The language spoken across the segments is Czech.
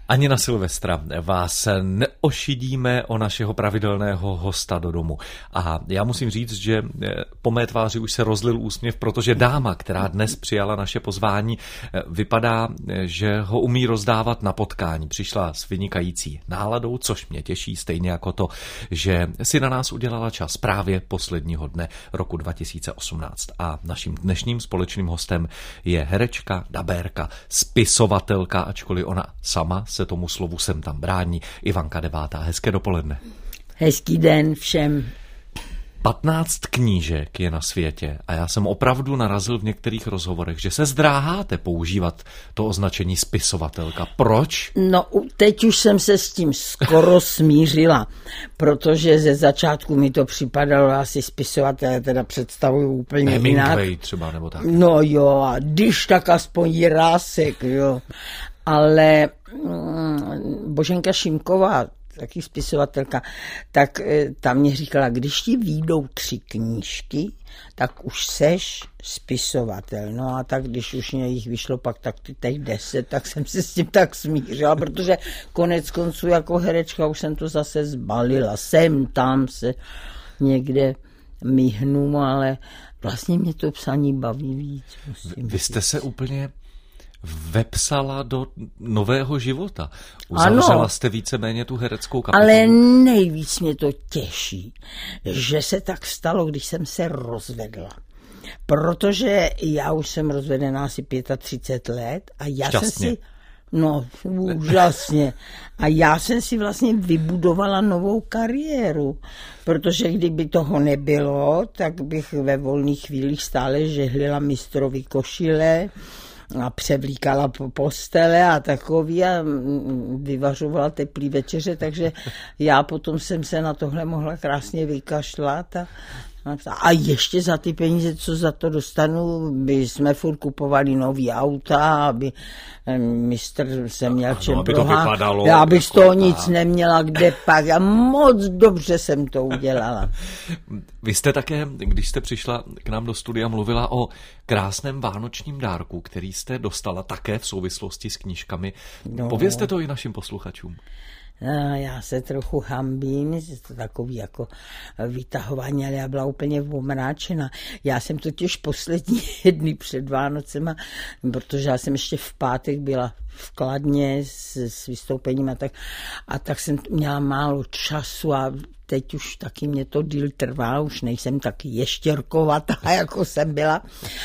Ani na Silvestra vás neošidíme o našeho pravidelného hosta do domu. A já musím říct, že po mé tváři už se rozlil úsměv, protože dáma, která dnes přijala naše pozvání, vypadá, že ho umí rozdávat na potkání. Přišla s vynikající náladou, což mě těší, stejně jako to, že si na nás udělala čas právě posledního dne roku 2018. A naším dnešním společným hostem je herečka, dabérka, spisovatelka, ačkoliv ona sama se tomu slovu sem tam brání, Ivanka Devátá. Hezké dopoledne. Hezký den všem. 15 knížek je na světě a já jsem opravdu narazil v některých rozhovorech, že se zdráháte používat to označení spisovatelka. Proč? No, teď už jsem se s tím skoro smířila, protože ze začátku mi to připadalo, asi spisovatele teda představuju úplně Hemingway jinak. třeba, nebo tak. No jo, a když tak aspoň Jirásek, jo. Ale Boženka Šimková, taky spisovatelka, tak ta mě říkala, když ti vyjdou 3 knížky, tak už seš spisovatel. No a tak když už mě jich vyšlo pak tak teď 10, tak jsem se s tím tak smířila, protože konec konců jako herečka už jsem to zase zbalila. Sem, tam se někde myhnu, ale vlastně mě to psaní baví víc. Vy jste se úplně vepsala do nového života. Uzavřela jste víceméně tu hereckou kapitolu. Ale nejvíc mě to těší, že se tak stalo, když jsem se rozvedla. Protože já už jsem rozvedená asi 35 let a já Šťastně. jsem si... No, úžasně. A já jsem si vlastně vybudovala novou kariéru, protože kdyby toho nebylo, tak bych ve volných chvílích stále žehlila mistrovi košile a převlíkala po postele a takový a vyvařovala teplý večeře, takže já potom jsem se na tohle mohla krásně vykašlat a ještě za ty peníze, co za to dostanu, by jsme furt kupovali nový auta, aby mistr se měl čem prohát. Já bych z toho nic neměla, kde pak. A moc dobře jsem to udělala. Vy jste také, když jste přišla k nám do studia, mluvila o krásném vánočním dárku, který jste dostala také v souvislosti s knížkami. No. Povězte to i našim posluchačům. Já se trochu hambím, je to takový jako vytahování, ale já byla úplně omráčena. Já jsem totiž poslední dny před Vánocema, protože já jsem ještě v pátek byla v Kladně s vystoupením a tak jsem měla málo času a teď už taky mě to díl trvá, už nejsem tak ještěrkovatá, jako jsem byla.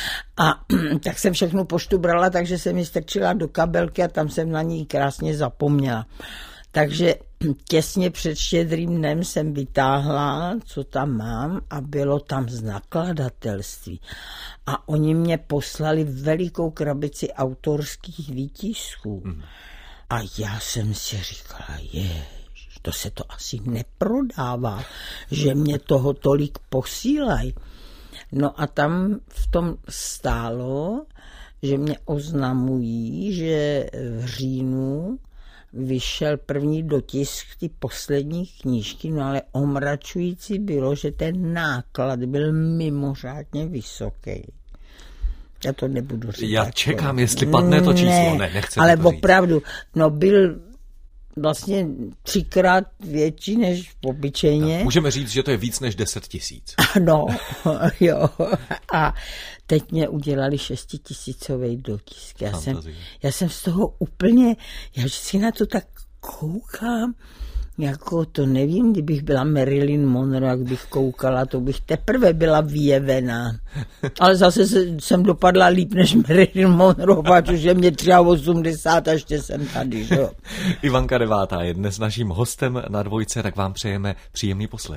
A tak jsem všechnu poštu brala, takže jsem ji strčila do kabelky a tam jsem na ní krásně zapomněla. Takže těsně před Štědrým dnem jsem vytáhla, co tam mám a bylo tam z nakladatelství. A oni mě poslali velikou krabici autorských výtisků. A já jsem si říkala, to se to asi neprodává, že mě toho tolik posílají. No a tam v tom stálo, že mě oznamují, že v říjnu vyšel první dotisk ty poslední knížky, no ale omračující bylo, že ten náklad byl mimořádně vysoký. Já to nebudu říct. Já čekám, jestli padne to číslo. Ne, nechci ale to říct. Opravdu, no byl vlastně 3krát větší než obyčejně. Tak můžeme říct, že to je víc než 10 000. Ano, jo. A teď mě udělali 6 000 dotisk. Já jsem z toho úplně, já si na to tak koukám, jako to nevím, kdybych byla Marilyn Monroe, jak bych koukala, to bych teprve byla vyjevená. Ale zase jsem dopadla líp než Marilyn Monroe, ať už je mě 83 a ještě jsem tady, jo. Ivanka Devátá je dnes naším hostem na Dvojce, tak vám přejeme příjemný poslech.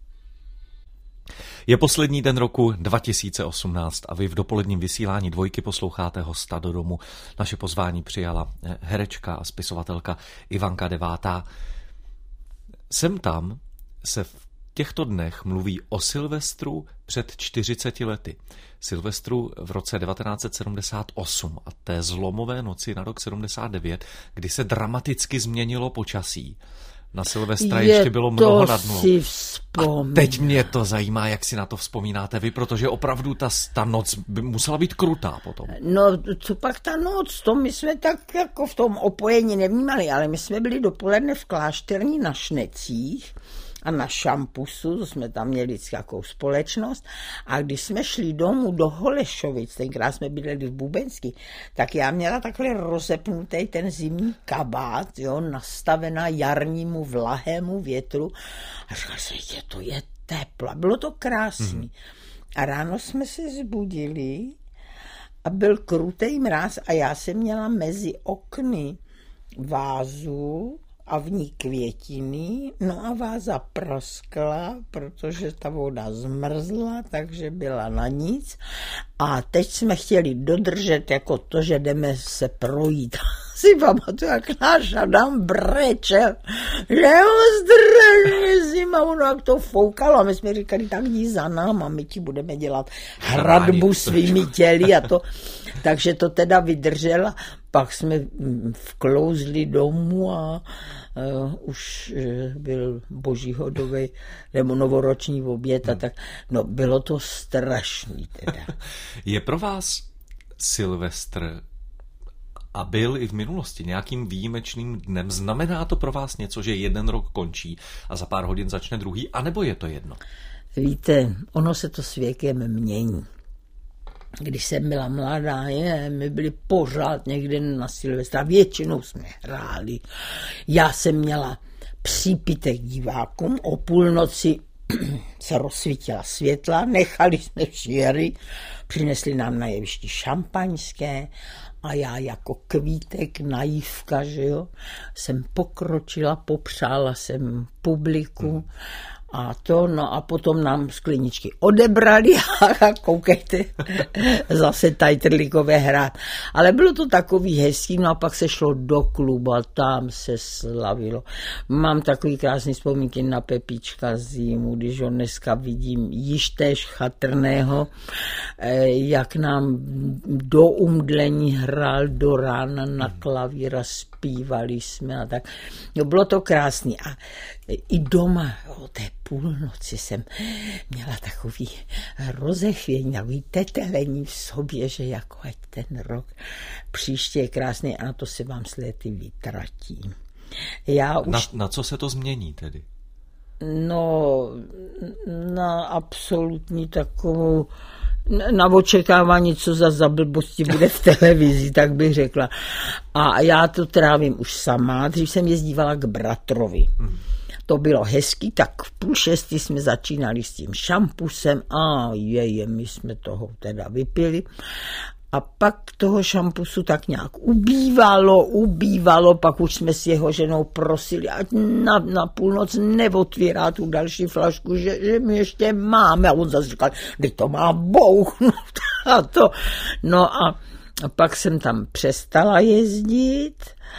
Je poslední den roku 2018 a vy v dopoledním vysílání Dvojky posloucháte hosta do domu. Naše pozvání přijala herečka a spisovatelka Ivanka Devátá. Sem tam se v těchto dnech mluví o Silvestru před 40 lety. Silvestru v roce 1978 a té zlomové noci na rok 79, kdy se dramaticky změnilo počasí. Na Silvestra ještě bylo mnoho na dnu. A teď mě to zajímá, jak si na to vzpomínáte vy, protože opravdu ta noc by musela být krutá potom. No, co pak ta noc, to my jsme tak jako v tom opojení nevnímali, ale my jsme byli dopoledne v klášterní na Šnecích a na Šampusu, to jsme tam měli vždycky jakou společnost. A když jsme šli domů do Holešovic, tenkrát jsme bydleli v Bubenský, tak já měla takhle rozepnutý ten zimní kabát, jo, nastavená jarnímu vlahému větru. A říkala jsem, že to je teplo. Bylo to krásný. A ráno jsme se zbudili a byl krutej mráz a já jsem měla mezi okny vázu a v ní květiny, no a váza praskla, protože ta voda zmrzla, takže byla na nic. A teď jsme chtěli dodržet jako to, že jdeme se projít. Si pamatuju, jak náš Adam brečel, že ho strašně zima, ono jak to foukalo. A my jsme říkali, tak jdi za náma, my ti budeme dělat hradbu svými těly a to. Takže to teda vydržela. Pak jsme vklouzli domů a už byl božíhodový nebo novoroční oběd a tak. No, bylo to strašný teda. Je pro vás Silvestr a byl i v minulosti nějakým výjimečným dnem? Znamená to pro vás něco, že jeden rok končí a za pár hodin začne druhý, anebo je to jedno? Víte, ono se to s věkem mění. Když jsem byla mladá, my byli pořád někde na Silvestra, většinou jsme hráli. Já jsem měla přípitek divákům, o půlnoci se rozsvítila světla, nechali jsme šíry, přinesli nám na jevišti šampaňské a já jako kvítek, naivka, že jo, jsem pokročila, popřála jsem publiku a to, no a potom nám skleničky odebrali a koukejte, zase Tajtrlíkové hrát. Ale bylo to takový hezký, no a pak se šlo do klubu a tam se slavilo. Mám takový krásný vzpomínky na Pepička Zimu, když ho dneska vidím již též chatrného, jak nám do umdlení hrál do rána na klavír a zpívali jsme a tak. No, bylo to krásný. A i doma o té půlnoci jsem měla takový rozechvění, takový tetelení v sobě, že jako ať ten rok příště je krásný a na to se vám s lety vytratí. Na co se to změní tedy? No, na absolutní takovou, na očekávání, co za blbosti bude v televizi, tak bych řekla. A já to trávím už sama, dřív jsem jezdívala k bratrovi. To bylo hezký, tak v 5:30 jsme začínali s tím šampusem a my jsme toho teda vypili. A pak toho šampusu tak nějak ubývalo, pak už jsme s jeho ženou prosili, ať na půlnoc neotvírá tu další flašku, že my ještě máme. A on zase říkal, kdy to má bouchnout a to. No a pak jsem tam přestala jezdit.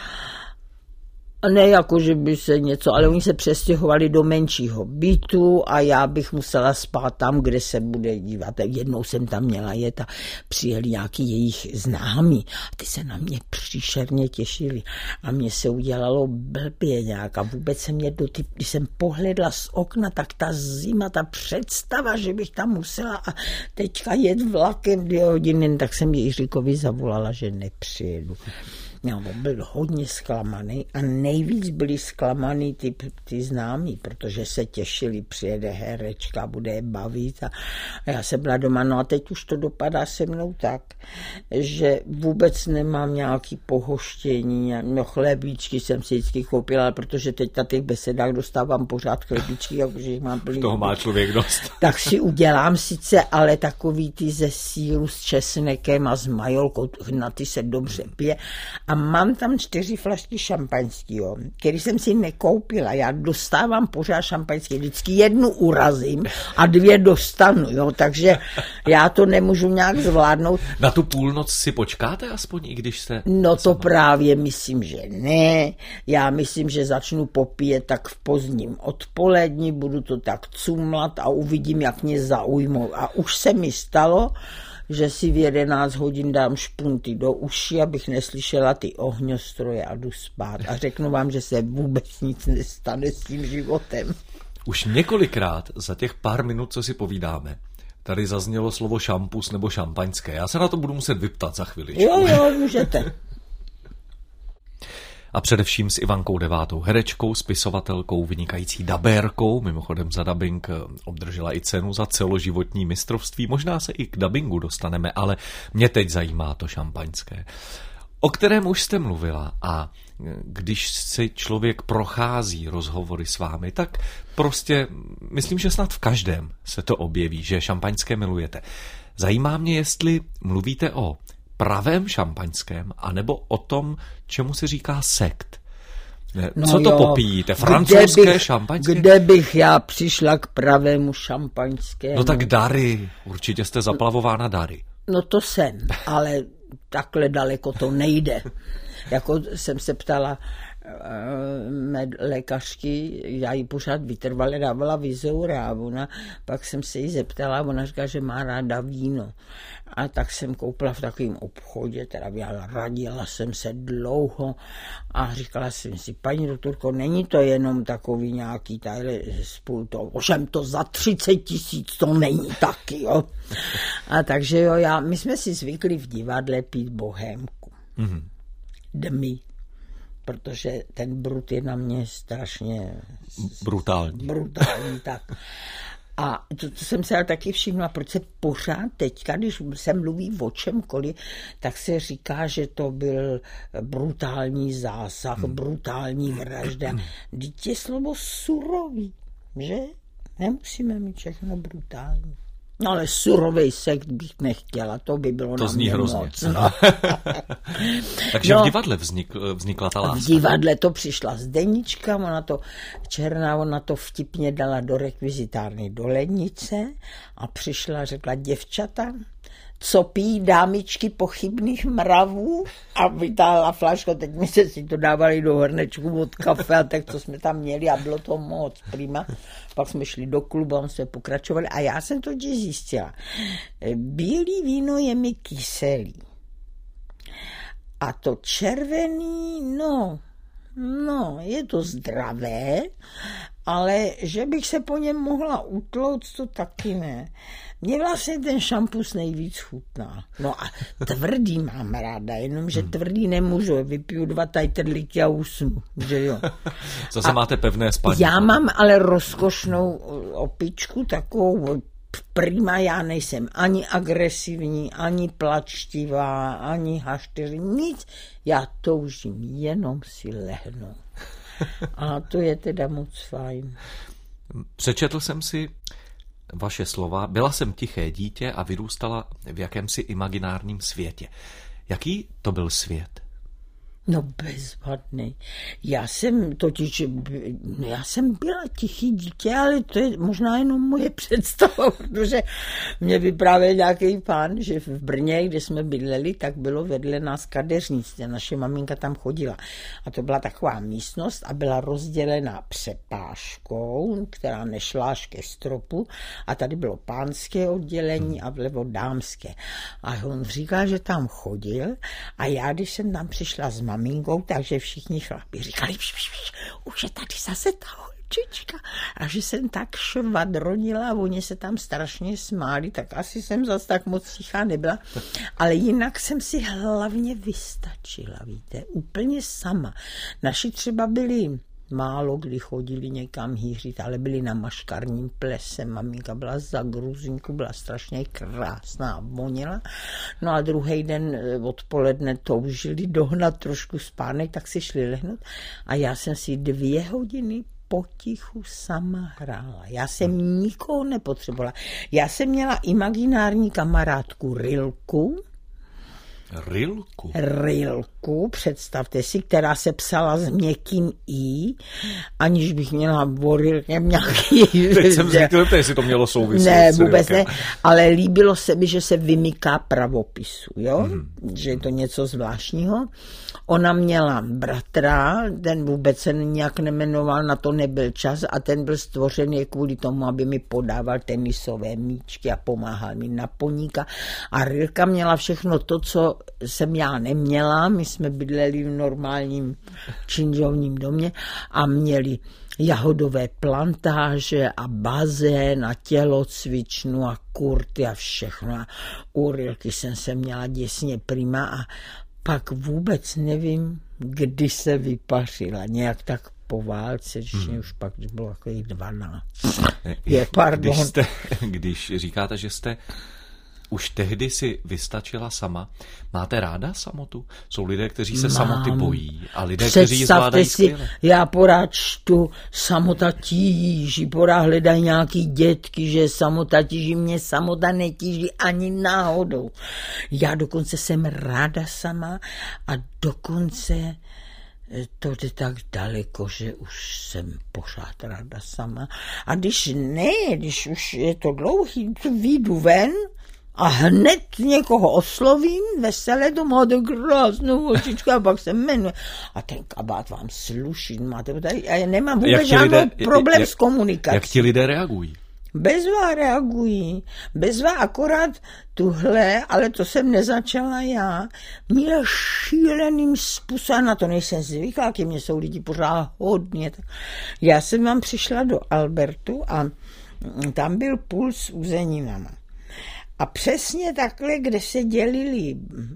Ne jako, že by se něco, ale oni se přestěhovali do menšího bytu a já bych musela spát tam, kde se bude dívat. Jednou jsem tam měla jet a přijeli nějaký jejich známí. A ty se na mě příšerně těšili. A mně se udělalo blbě nějak. A vůbec se mě když jsem pohledla z okna, tak ta zima, ta představa, že bych tam musela a teďka jet vlakem 2 hodiny, tak jsem Jiříkovi zavolala, že nepřijedu. No, byl hodně zklamaný a nejvíc byli zklamaný ty známí, protože se těšili, přijede herečka, bude je bavit a já jsem byla doma. No a teď už to dopadá se mnou tak, že vůbec nemám nějaký pohoštění, no chlebíčky jsem si vždycky koupila, protože teď na těch besedách dostávám pořád chlebíčky, jakože jich mám plný. Toho má člověk dost. Tak si udělám sice, ale takový ty ze síru s česnekem a s majolkou, na ty se dobře pije. A mám tam 4 flašky šampaňského, který jsem si nekoupila. Já dostávám pořád šampaňské. Vždycky 1 urazím a 2 dostanu, jo, takže já to nemůžu nějak zvládnout. Na tu půlnoc si počkáte aspoň, i když se... No to právě myslím, že ne. Já myslím, že začnu popíjet tak v pozdním odpolední, budu to tak cumlat a uvidím, jak mě zaujmou. A už se mi stalo, že si v 11 hodin dám špunty do uší, abych neslyšela ty ohňostroje a jdu spát. A řeknu vám, že se vůbec nic nestane s tím životem. Už několikrát za těch pár minut, co si povídáme, tady zaznělo slovo šampus nebo šampaňské. Já se na to budu muset vyptat za chviličku. Jo, můžete. A především s Ivankou Devátou, herečkou, spisovatelkou, vynikající dabérkou. Mimochodem za dabing obdržela i cenu za celoživotní mistrovství. Možná se i k dabingu dostaneme, ale mě teď zajímá to šampaňské, o kterém už jste mluvila. A když si člověk prochází rozhovory s vámi, tak prostě myslím, že snad v každém se to objeví, že šampaňské milujete. Zajímá mě, jestli mluvíte o pravém šampaňském, anebo o tom, čemu se říká sekt. Co to popíjíte? Francouzské šampaňské? Kde bych já přišla k pravému šampaňskému? No tak dary. Určitě jste zaplavována dary. No to jsem, ale takhle daleko to nejde. Jako jsem se ptala lékařky, já jí pořád vytrvale dávala Vizeura a pak jsem se jí zeptala, ona říká, že má ráda víno. A tak jsem koupila v takovém obchodě, radila jsem se dlouho a říkala jsem si, paní doktorko, není to jenom takový nějaký tadyhle spůl to, ovšem to za 30 000 to není taky, jo. A takže jo, my jsme si zvykli v divadle pít bohémku. Mm-hmm. Dmy. Protože ten brut je na mě strašně brutální, tak. A to jsem se ale taky všimla, proč se pořád teďka, když se mluví o čemkoliv, tak se říká, že to byl brutální zásah, brutální vražda. Vždyť je slovo surový, že? Nemusíme mít všechno brutální. No ale surovej sekt bych nechtěla, to by bylo to na zní mě hrozně. Moc. No. Takže v divadle vznikla ta láska. V divadle to přišla Zdenička, ona to vtipně dala do rekvizitárny do Lednice a přišla, řekla, děvčata, co pijí dámičky pochybných mravů, a vytáhla flašku, teď my se si to dávali do hrnečku od kafe a tak, co jsme tam měli a bylo to moc prima. Pak jsme šli do klubu a jsme pokračovali a já jsem to zjistila. Bílý víno je mi kyselý. A to červený, no, je to zdravé, ale že bych se po něm mohla utlouct, to taky ne. Mně vlastně ten šampus nejvíc chutná. No a tvrdý mám ráda, jenomže tvrdý nemůžu. Vypiju 2 tajtrlíky a usnu, že jo. Zase máte pevné spaní. Já mám ale rozkošnou opičku, takovou prima, já nejsem ani agresivní, ani plačtivá, ani hašteř, nic. Já toužím jenom si lehnout. A to je teda moc fajn. Přečetl jsem si vaše slova. Byla jsem tiché dítě a vyrůstala v jakémsi imaginárním světě. Jaký to byl svět? No bezvadný. Já jsem byla tichý dítě, ale to je možná jenom moje představa, protože mě vyprávěl nějaký pán, že v Brně, kde jsme bydleli, tak bylo vedle nás kadeřnictví. Naše maminka tam chodila. A to byla taková místnost a byla rozdělena přepážkou, která nešla až ke stropu. A tady bylo pánské oddělení a vlevo dámské. A on říkal, že tam chodil a já, když jsem tam přišla s maminkou, takže všichni chlapi říkali, už je tady zase ta holčička. A že jsem tak švadronila a oni se tam strašně smáli, tak asi jsem zase tak moc tichá nebyla. Ale jinak jsem si hlavně vystačila, víte, úplně sama. Naši třeba byli málo kdy chodili někam hýřit, ale byli na maškarním plese. Maminka byla za Gruzinku, byla strašně krásná a vonila. No a druhý den odpoledne toužili dohnat trošku spánek, tak si šli lehnout a já jsem si 2 hodiny potichu sama hrála. Já jsem nikoho nepotřebovala. Já jsem měla imaginární kamarádku Rilku. Rilku? Rilku, představte si, která se psala s měkkým i, aniž bych měla o Rilkem nějaký... Teď jsem zjistil, jestli to mělo souvislost. Ne, vůbec ne, ale líbilo se mi, že se vymyká pravopisu, jo? Že je to něco zvláštního. Ona měla bratra, ten vůbec se nějak nemenoval, na to nebyl čas a ten byl stvořený kvůli tomu, aby mi podával tenisové míčky a pomáhal mi na poníka. A Rilka měla všechno to, co jsem já neměla. My jsme bydleli v normálním činžovním domě a měli jahodové plantáže a bazén a tělocvičnu a kurty a všechno. A u Rilky jsem se měla děsně prima a pak vůbec nevím, kdy se vypařila. Nějak tak po válce, už pak bylo takových 12. Pardon. Když říkáte, že jste už tehdy si vystačila sama, máte ráda samotu? Jsou lidé, kteří se samoty bojí a lidé, kteří ji zvládají skvěle. Já porád čtu, samota tíží, porád hledají nějaký dětky, že samota tíží, mě samota netíží ani náhodou. Já dokonce jsem ráda sama a dokonce to jde tak daleko, že už jsem pořád ráda sama. A když už je to dlouhý, vyjdu ven a hned někoho oslovím, veselé to máte krásnou očičku a pak se jmenuje. A ten kabát vám sluší, máte tady, a já nemám vůbec žádný problém s komunikací. Jak ti lidé reagují? Bezvá reagují. Bezvá akorát tuhle, ale to jsem nezačala já, měla šíleným způsobem, na to nejsem zvyklá, ke mně jsou lidi pořád hodně. Já jsem vám přišla do Albertu a tam byl pult s uzeninama. A přesně takhle, kde se dělili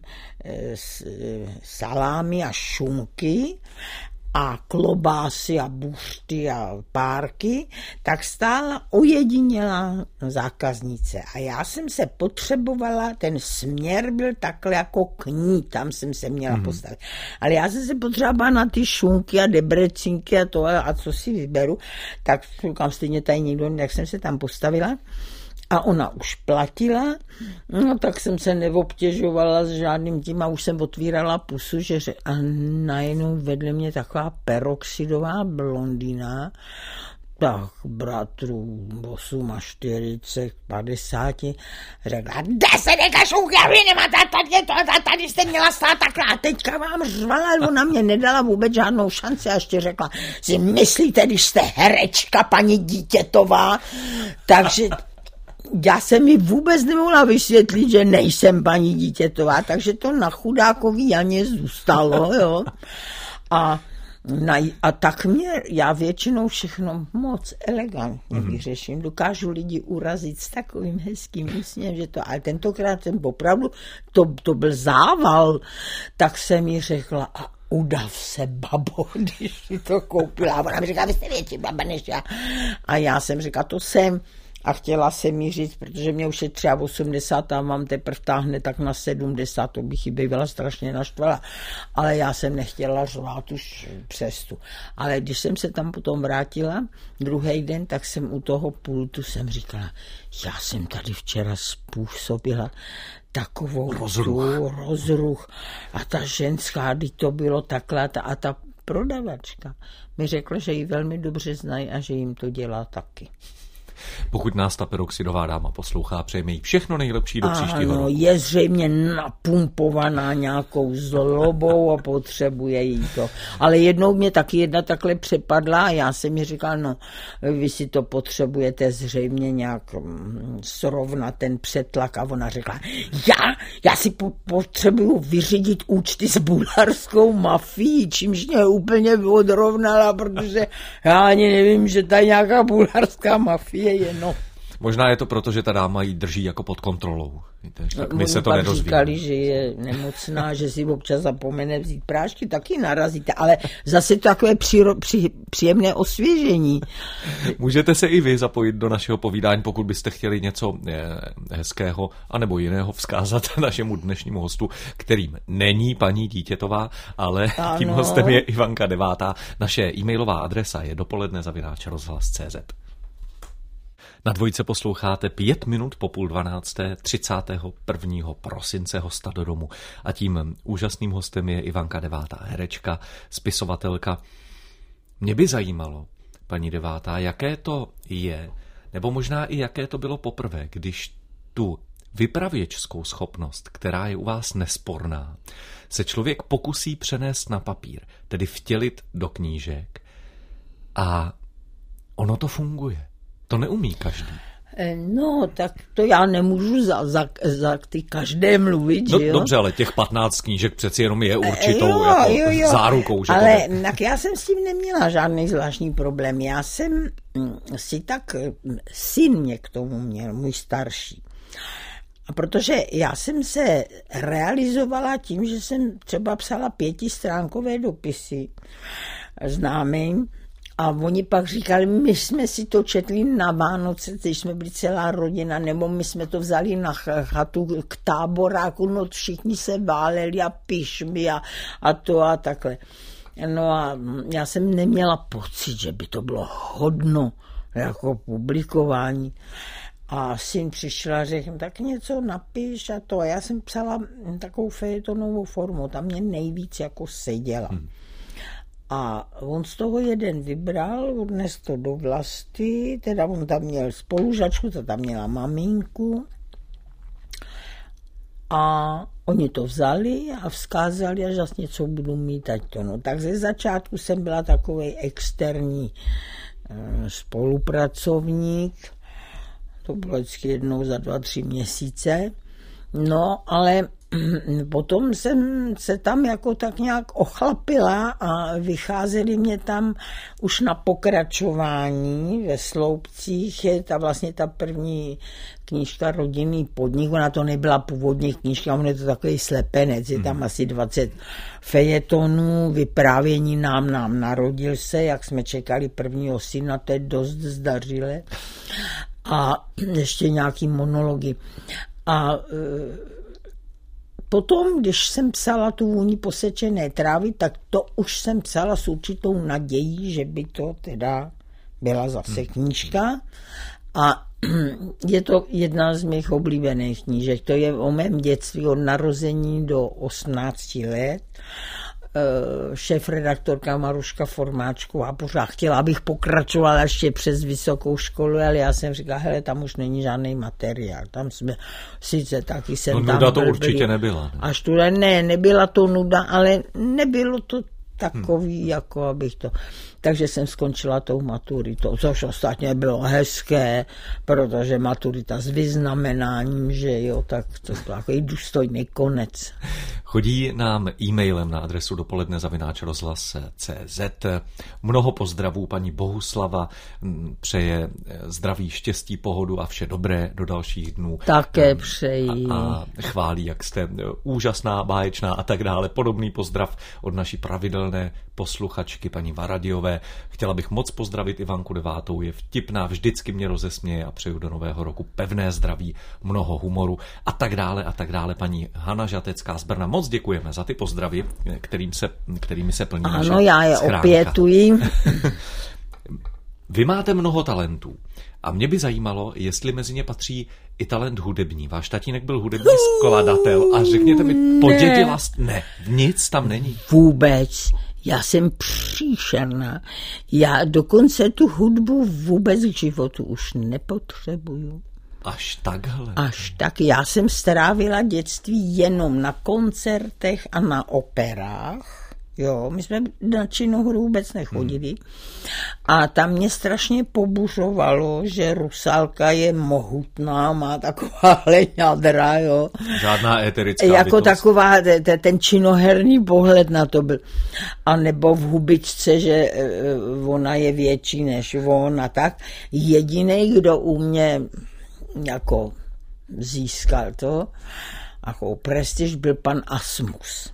salámy a šunky a klobásy a buřty a párky, tak stála ojedinělá zákaznice. A já jsem se potřebovala, ten směr byl takhle jako k ní, tam jsem se měla postavit. Ale já jsem se potřebovala na ty šunky a debrecinky a to a co si vyberu, tak říkám, stejně tady nikdo, tak jsem se tam postavila. A ona už platila, no tak jsem se neobtěžovala s žádným tím a už jsem otvírala pusu, a najednou vedle mě taková peroxidová blondýna, tak bratru 48, 50, řekla, kde se nekašouky, a vy nemáte, tady jste měla stát takhle a teďka vám řvala, ona mě nedala vůbec žádnou šanci a ještě řekla, si myslíte, když jste herečka, paní Dítětová, takže... Já jsem mi vůbec nemohla vysvětlit, že nejsem paní Dítětová, takže to na chudákový Janě zůstalo, jo. A tak já většinou všechno moc elegantně vyřeším. Dokážu lidi urazit s takovým hezkým úsměvem, že to, ale tentokrát jsem opravdu, to byl zával, tak jsem jí řekla a udav se, babo, když si to koupila. A ona mi říká, vy jste větší baba než já. A já jsem říkala, to jsem. A chtěla se mi říct, protože mě už je třeba 80 a mám teprve táhne tak na 70, to bych ji byla strašně naštvala. Ale já jsem nechtěla řvát už přes tu. Ale když jsem se tam potom vrátila, druhý den, tak jsem u toho pultu jsem říkala, já jsem tady včera způsobila takovou rozruch. A ta ženská, když to bylo takhle, a ta prodavačka mi řekla, že ji velmi dobře znají a že jim to dělá taky. Pokud nás ta peroxidová dáma poslouchá, přejeme jí všechno nejlepší do příštího roku. Je zřejmě napumpovaná nějakou zlobou a potřebuje jí to. Ale jednou mě taky jedna takhle přepadla a já jsem mi říkal, no, vy si to potřebujete zřejmě nějak srovnat ten přetlak a ona řekla, já si potřebuju vyřídit účty s bulharskou mafií, čímž mě úplně odrovnala, protože já ani nevím, že ta nějaká bulharská mafie je, no. Možná je to proto, že ta dáma ji drží jako pod kontrolou. Víte, tak my se to nedozvíme. Říkali, že je nemocná, že si občas zapomene vzít prášky, taky narazíte, ale zase takové příjemné osvěžení. Můžete se i vy zapojit do našeho povídání, pokud byste chtěli něco hezkého anebo jiného vzkázat našemu dnešnímu hostu, kterým není paní Dítětová, ale ano. Tím hostem je Ivanka Devátá. Naše e-mailová adresa je dopoledne@rozhlas.cz. Na Dvojce posloucháte 5 minut po 11:30 31. prosince hosta do domu. A tím úžasným hostem je Ivanka Devátá, herečka, spisovatelka. Mě by zajímalo, paní Devátá, jaké to je, nebo možná i jaké to bylo poprvé, když tu vypravěčskou schopnost, která je u vás nesporná, se člověk pokusí přenést na papír, tedy vtělit do knížek. A ono to funguje. To neumí každý. No, tak to já nemůžu za ty každé mluvit, no, že jo? Dobře, ale těch 15 knížek přeci jenom je určitou jo. Zárukou, že ale to tak já jsem s tím neměla žádný zvláštní problém. Já jsem si tak, syn mě k tomu měl, můj starší. A protože já jsem se realizovala tím, že jsem třeba psala 5stránkové dopisy známým, a oni pak říkali, my jsme si to četli na Vánoce, když jsme byli celá rodina, nebo my jsme to vzali na chatu k táboráku, no všichni se váleli a pišmy a to a takhle. No a já jsem neměla pocit, že by to bylo hodno jako publikování. A syn přišel a řekl, tak něco napiš a to. A já jsem psala takovou fejetonovou formu, tam mě nejvíc jako seděla. A on z toho jeden vybral, odnes to do Vlasty, teda on tam měl spolužačku, ta tam měla maminku. A oni to vzali a vzkázali, až zase něco budu mít, ať to. No, tak ze začátku jsem byla takovej externí spolupracovník, to bylo vždycky jednou za 2-3 měsíce. No, ale potom jsem se tam jako tak nějak ochlapila a vycházely mě tam už na pokračování ve Sloupcích. Je vlastně ta první knížka Rodinný podnik, ona to nebyla původně knížka, on je to takový slepenec, je tam asi 20 fejetonů, vyprávění nám narodil se, jak jsme čekali prvního syna, to je dost zdařile. A ještě nějaký monology. A potom, když jsem psala tu Vůni posečené trávy, tak to už jsem psala s určitou nadějí, že by to teda byla zase knížka. A je to jedna z mých oblíbených knížek. To je o mém dětství od narození do 18 let. Šéfredaktorka Maruška Formáčková pořád chtěla, abych pokračovala ještě přes vysokou školu, ale já jsem říkala, hele, tam už není žádný materiál. Tam jsme sice taky jsem tam... No nuda to určitě nebyla. Ne? Až tuhle, nebyla to nuda, ale nebylo to takový, jako abych to... Takže jsem skončila tou maturitou, což ostatně bylo hezké, protože maturita s vyznamenáním, že jo, tak to byl takový důstojný konec. Chodí nám e-mailem na adresu dopoledne@rozhlas.cz. Mnoho pozdravů paní Bohuslava, přeje zdraví, štěstí, pohodu a vše dobré do dalších dnů. Také přeji. A chválí, jak jste úžasná, báječná a tak dále. Podobný pozdrav od naší pravidelné posluchačky paní Varadiové. Chtěla bych moc pozdravit Ivanku Devátou, je vtipná, vždycky mě rozesměje a přeju do nového roku pevné zdraví, mnoho humoru a tak dále. Paní Hana Žatecká z Brna, moc děkujeme za ty pozdravy, kterými se plní naše schránka. Ano, já je opětuji. Vy máte mnoho talentů a mě by zajímalo, jestli mezi ně patří i talent hudební. Váš tatínek byl hudební skladatel a řekněte mi, podědila jste... Ne, nic tam není. Vůbec. Já jsem příšerná. Já dokonce tu hudbu vůbec k životu už nepotřebuju. Až takhle? Až tak. Já jsem strávila dětství jenom na koncertech a na operách. Jo, my jsme na Činohru vůbec nechodili. A tam mě strašně pobuřovalo, že Rusálka je mohutná, má takováhle ňadra, jo. Žádná éterická jako bytost. Taková, ten činoherní pohled na to byl. A nebo v Hubičce, že ona je větší než ona, tak. Jedinej, kdo u mě jako získal to, jako prestiž, byl pan Asmus.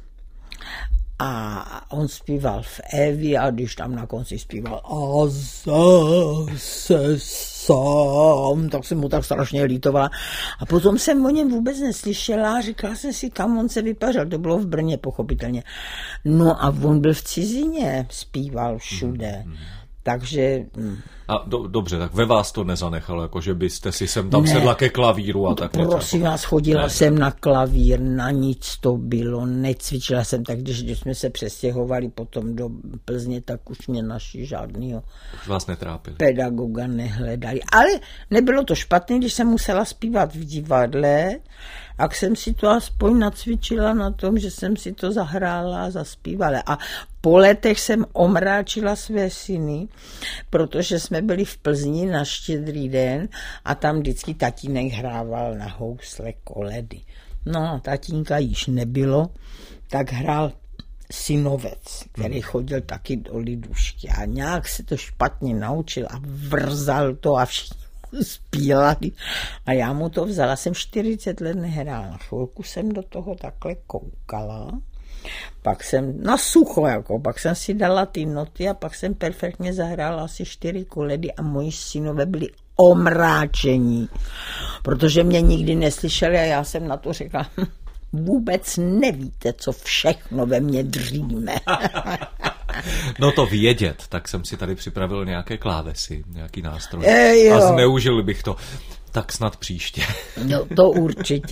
A on zpíval v Evi a když tam na konci zpíval a zase sám, tak jsem mu tak strašně lítovala. A potom jsem o něm vůbec neslyšela a říkala jsem si, kam on se vypařil. To bylo v Brně, pochopitelně. No a on byl v cizině, zpíval všude. Takže... A dobře, tak ve vás to nezanechalo, jako že byste si sem tam sedla ke klavíru a tak. Prosím vás, chodila jsem na klavír, na nic to bylo, necvičila jsem, tak když jsme se přestěhovali potom do Plzně, tak už mě naši žádnýho vás netrápili. Pedagoga nehledali. Ale nebylo to špatné, když jsem musela zpívat v divadle, a jsem si to aspoň nacvičila na tom, že jsem si to zahrála a zaspívala. A po letech jsem omráčila své syny, protože jsme byli v Plzni na Štědrý den a tam vždycky tatínek hrával na housle koledy. No a tatínka již nebylo, tak hrál synovec, který chodil taky do lidušky a nějak se to špatně naučil a vrzal to a všichni zpívali. A já mu to vzala, jsem 40 let nehrála. Chvilku jsem do toho takhle koukala, pak jsem na sucho, pak jsem si dala ty noty a pak jsem perfektně zahrála asi 4 koledy a moji synové byli omráčení, protože mě nikdy neslyšeli a já jsem na to řekla, vůbec nevíte, co všechno ve mně dříme. No to vědět, tak jsem si tady připravil nějaké klávesy, nějaký nástroj. A zneužil bych to. Tak snad příště. No to určitě.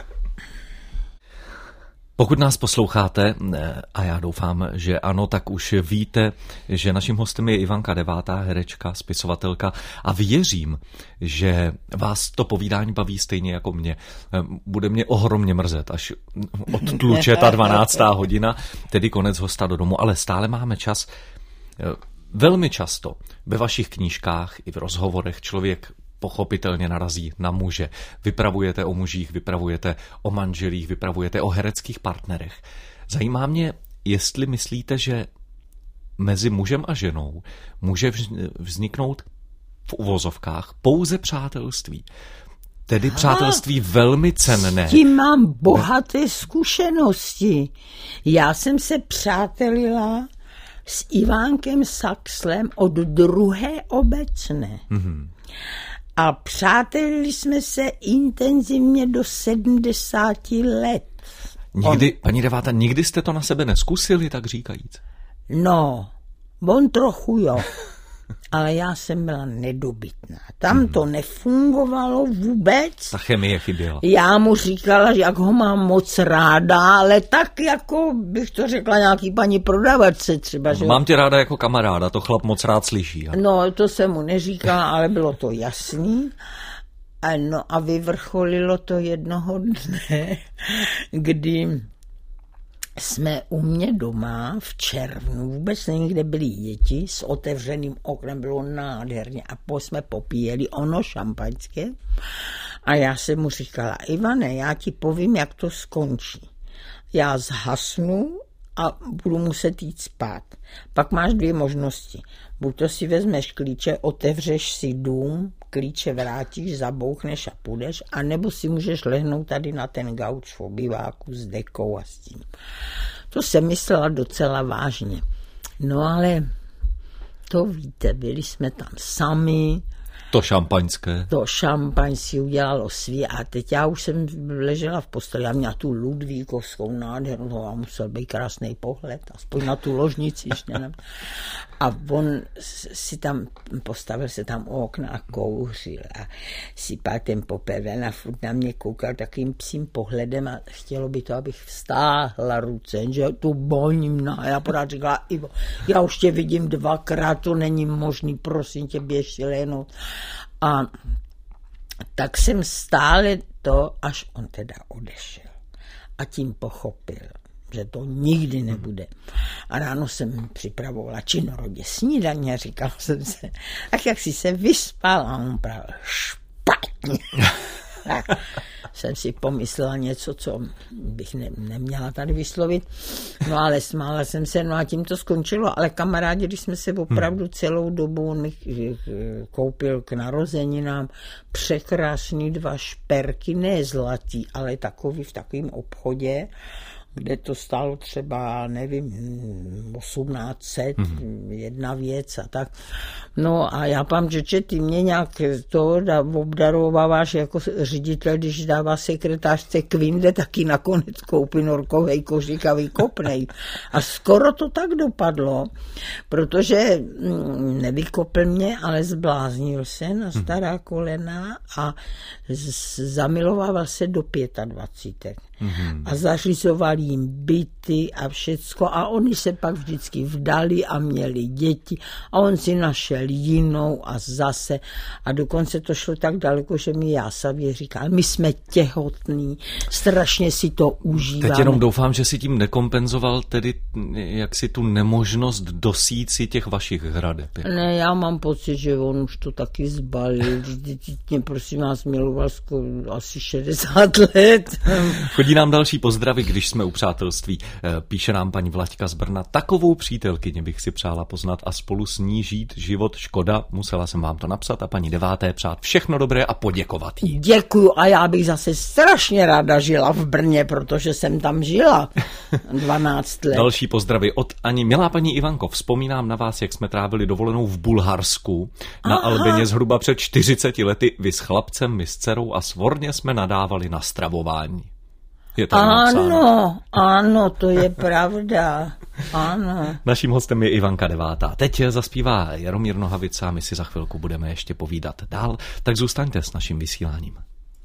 Pokud nás posloucháte, a já doufám, že ano, tak už víte, že naším hostem je Ivanka Devátá, herečka, spisovatelka a věřím, že vás to povídání baví stejně jako mě. Bude mě ohromně mrzet, až odtluče ta 12. hodina, tedy konec Hosta do domu, ale stále máme čas. Velmi často ve vašich knížkách i v rozhovorech člověk pochopitelně narazí na muže. Vypravujete o mužích, vypravujete o manželích, vypravujete o hereckých partnerech. Zajímá mě, jestli myslíte, že mezi mužem a ženou může vzniknout v uvozovkách pouze přátelství. Tedy přátelství velmi cenné. S tím mám bohaté zkušenosti. Já jsem se přátelila s Ivánkem Saxlem od 2. obecné. Mm-hmm. A přátelili jsme se intenzivně do 70 let. Paní Devátá, nikdy jste to na sebe neskusili, tak říkajíc? No, on trochu jo, ale já jsem byla nedobytná. Tam to nefungovalo vůbec. Ta chemie chyběla. Já mu říkala, jak ho mám moc ráda, ale tak jako bych to řekla nějaký paní prodavačce třeba. Že... Mám tě ráda jako kamaráda, to chlap moc rád slyší. No, to jsem mu neříkala, ale bylo to jasný. No a vyvrcholilo to jednoho dne, kdy jsme u mě doma v červnu, vůbec někde byly děti, s otevřeným oknem, bylo nádherně a jsme popíjeli ono šampaňské a já jsem mu říkala, Ivane, já ti povím, jak to skončí. Já zhasnu a budu muset jít spát. Pak máš 2 možnosti. Buď to si vezmeš klíče, otevřeš si dům, klíče vrátíš, zabouchneš a půjdeš, anebo si můžeš lehnout tady na ten gauč v obyváku s dekou a s tím. To jsem myslela docela vážně. No ale to víte, byli jsme tam sami. To šampaňské. To šampaň si udělalo svý a teď já už jsem ležela v posteli, já měla tu Ludvíkovskou nádhernou a musel být krásný pohled, aspoň na tu ložnici. A on si tam postavil se tam u okna a kouřil a sypal ten popel a furt na mě koukal takým psím pohledem a chtělo by to, abych vstáhla ruce, že tu boním. A já pořád říkala, Ivo, já už tě vidím 2krát, to není možný, prosím tě, běž si lehnout. A tak jsem stále to, až on teda odešel. A tím pochopil, že to nikdy nebude. A ráno jsem připravovala činorodě snídaně a říkala jsem se, tak jak jsi se vyspal? A on právě špatně. Jsem si pomyslela něco, co bych neměla tady vyslovit. No ale smála jsem se, no a tím to skončilo. Ale kamarádi, když jsme se opravdu celou dobu, on mi koupil k narozeninám překrásný 2 šperky, ne zlatý, ale takový v takovém obchodě. kde to stálo třeba, nevím, 1800, jedna věc a tak. No a já pám, že ty mě nějak to obdarováváš jako ředitel, když dává sekretářce kvinde, taky nakonec koupí norkovej kožík a vykopnej. A skoro to tak dopadlo, protože nevykopl mě, ale zbláznil se na stará kolena a zamilovával se do 25. A zařizoval jim byty a všecko a oni se pak vždycky vdali a měli děti a on si našel jinou a zase a dokonce to šlo tak daleko, že mi Jásavě říkal, my jsme těhotní, strašně si to užíváme. Teď jenom doufám, že si tím nekompenzoval tedy jaksi tu nemožnost dosít si těch vašich hradeb. Ne, já mám pocit, že on už to taky zbalil. Mě prosím vás miloval asi 60 let. Chodí nám další pozdravy, když jsme u přátelství. Píše nám paní Vlaďka z Brna. Takovou přítelkyni bych si přála poznat a spolu s ní žít život. Škoda, musela jsem vám to napsat a paní 9. přát všechno dobré a poděkovat jí. Děkuju a já bych zase strašně ráda žila v Brně, protože jsem tam žila 12 let. Další pozdravy od Ani. Milá paní Ivanko, vzpomínám na vás, jak jsme trávili dovolenou v Bulharsku na Albině zhruba před 40 lety. Vy s chlapcem, my s dcerou a svorně jsme nadávali na stravování. Ano, to je pravda. Ano. Naším hostem je Ivanka 9. Teď zaspívá Jaromír Nohavica a my si za chvilku budeme ještě povídat dál, tak zůstaňte s naším vysíláním.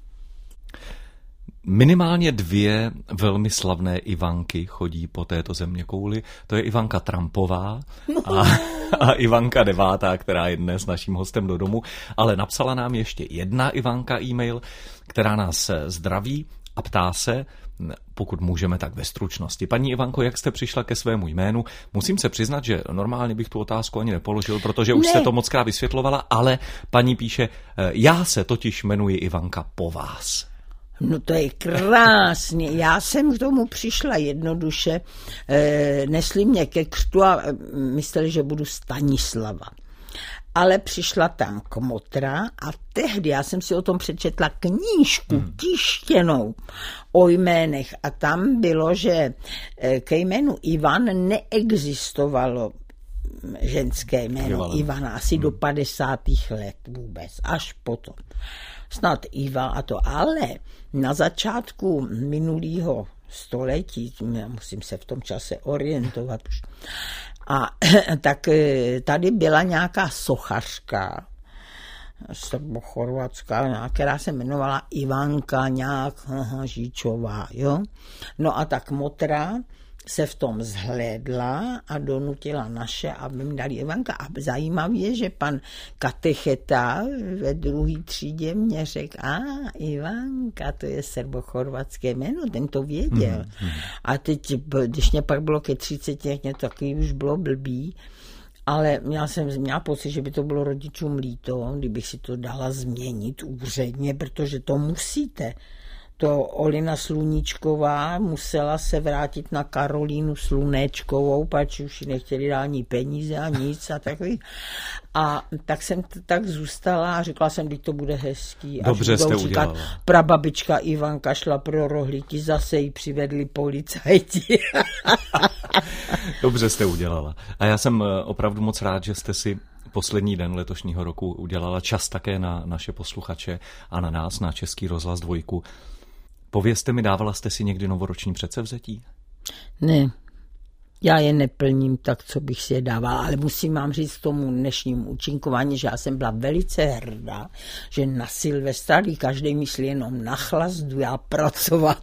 Minimálně 2 velmi slavné Ivanky chodí po této zeměkouli. To je Ivanka Trumpová a Ivanka 9., která je dnes naším hostem do domu. Ale napsala nám ještě jedna Ivanka e-mail, která nás zdraví a ptá se, pokud můžeme, tak ve stručnosti. Paní Ivanko, jak jste přišla ke svému jménu? Musím se přiznat, že normálně bych tu otázku ani nepoložil, protože už jste to mockrát vysvětlovala, ale paní píše, já se totiž jmenuji Ivanka po vás. No to je krásně. Já jsem k tomu přišla jednoduše. Nesli mě ke křtu a mysleli, že budu Stanislava. Ale přišla tam kmotra a tehdy já jsem si o tom přečetla knížku tištěnou o jménech a tam bylo, že ke jménu Ivan neexistovalo ženské jméno Ivana asi do 50. let vůbec, až potom. Snad Iva a to, ale na začátku minulého století, musím se v tom čase orientovat už, a tak tady byla nějaká sochařka, srbochorvatská, která se jmenovala Ivanka nějak Žíčová, jo. No a tak motra se v tom zhlédla a donutila naše, aby mi dali Ivanka. A zajímavé je, že pan katecheta ve 2. třídě mě řekl, Ivanka, to je srbochorvatské jméno, ten to věděl. A teď, když mě pak bylo ke 30, mě taky už bylo blbý, ale měla pocit, že by to bylo rodičům líto, kdybych si to dala změnit úředně, protože to musíte. To Olina Sluníčková musela se vrátit na Karolínu Slunéčkovou, pač už nechtěli dát ani peníze a nic a takový. A tak jsem tak zůstala a řekla jsem, že to bude hezký. Dobře jste udělala. Prababička Ivanka šla pro rohlíky, zase jí přivedli policajti. Dobře jste udělala. A já jsem opravdu moc rád, že jste si poslední den letošního roku udělala čas také na naše posluchače a na nás, na Český rozhlas 2. Povězte mi, dávala jste si někdy novoroční předsevzetí? Ne, já je neplním tak, co bych si je dávala, ale musím vám říct k tomu dnešnímu účinkování, že já jsem byla velice hrdá, že na Silvestra, kdy každý myslí jenom na chlast, jdu já pracovat.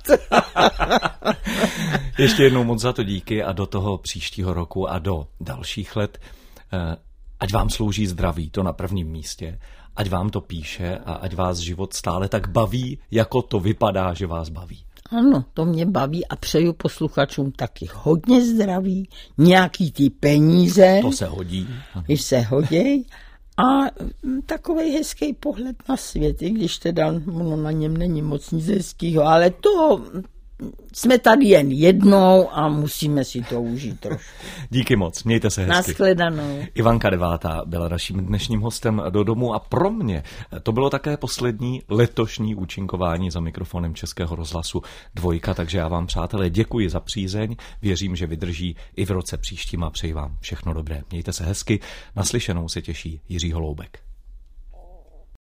Ještě jednou moc za to díky a do toho příštího roku a do dalších let. Ať vám slouží zdraví, to na prvním místě, ať vám to píše a ať vás život stále tak baví, jako to vypadá, že vás baví. Ano, to mě baví a přeju posluchačům taky hodně zdraví, nějaký ty peníze. To se hodí. Když se hodí a takovej hezký pohled na svět, i když teda na něm není moc nic hezkýho, ale jsme tady jen jednou a musíme si to užít trošku. Díky moc, mějte se hezky. Nashledanou. Ivanka Devátá byla naším dnešním hostem do domu a pro mě to bylo také poslední letošní účinkování za mikrofonem Českého rozhlasu 2, takže já vám, přátelé, děkuji za přízeň, věřím, že vydrží i v roce příštím a přeji vám všechno dobré. Mějte se hezky, naslyšenou se těší Jiří Holoubek.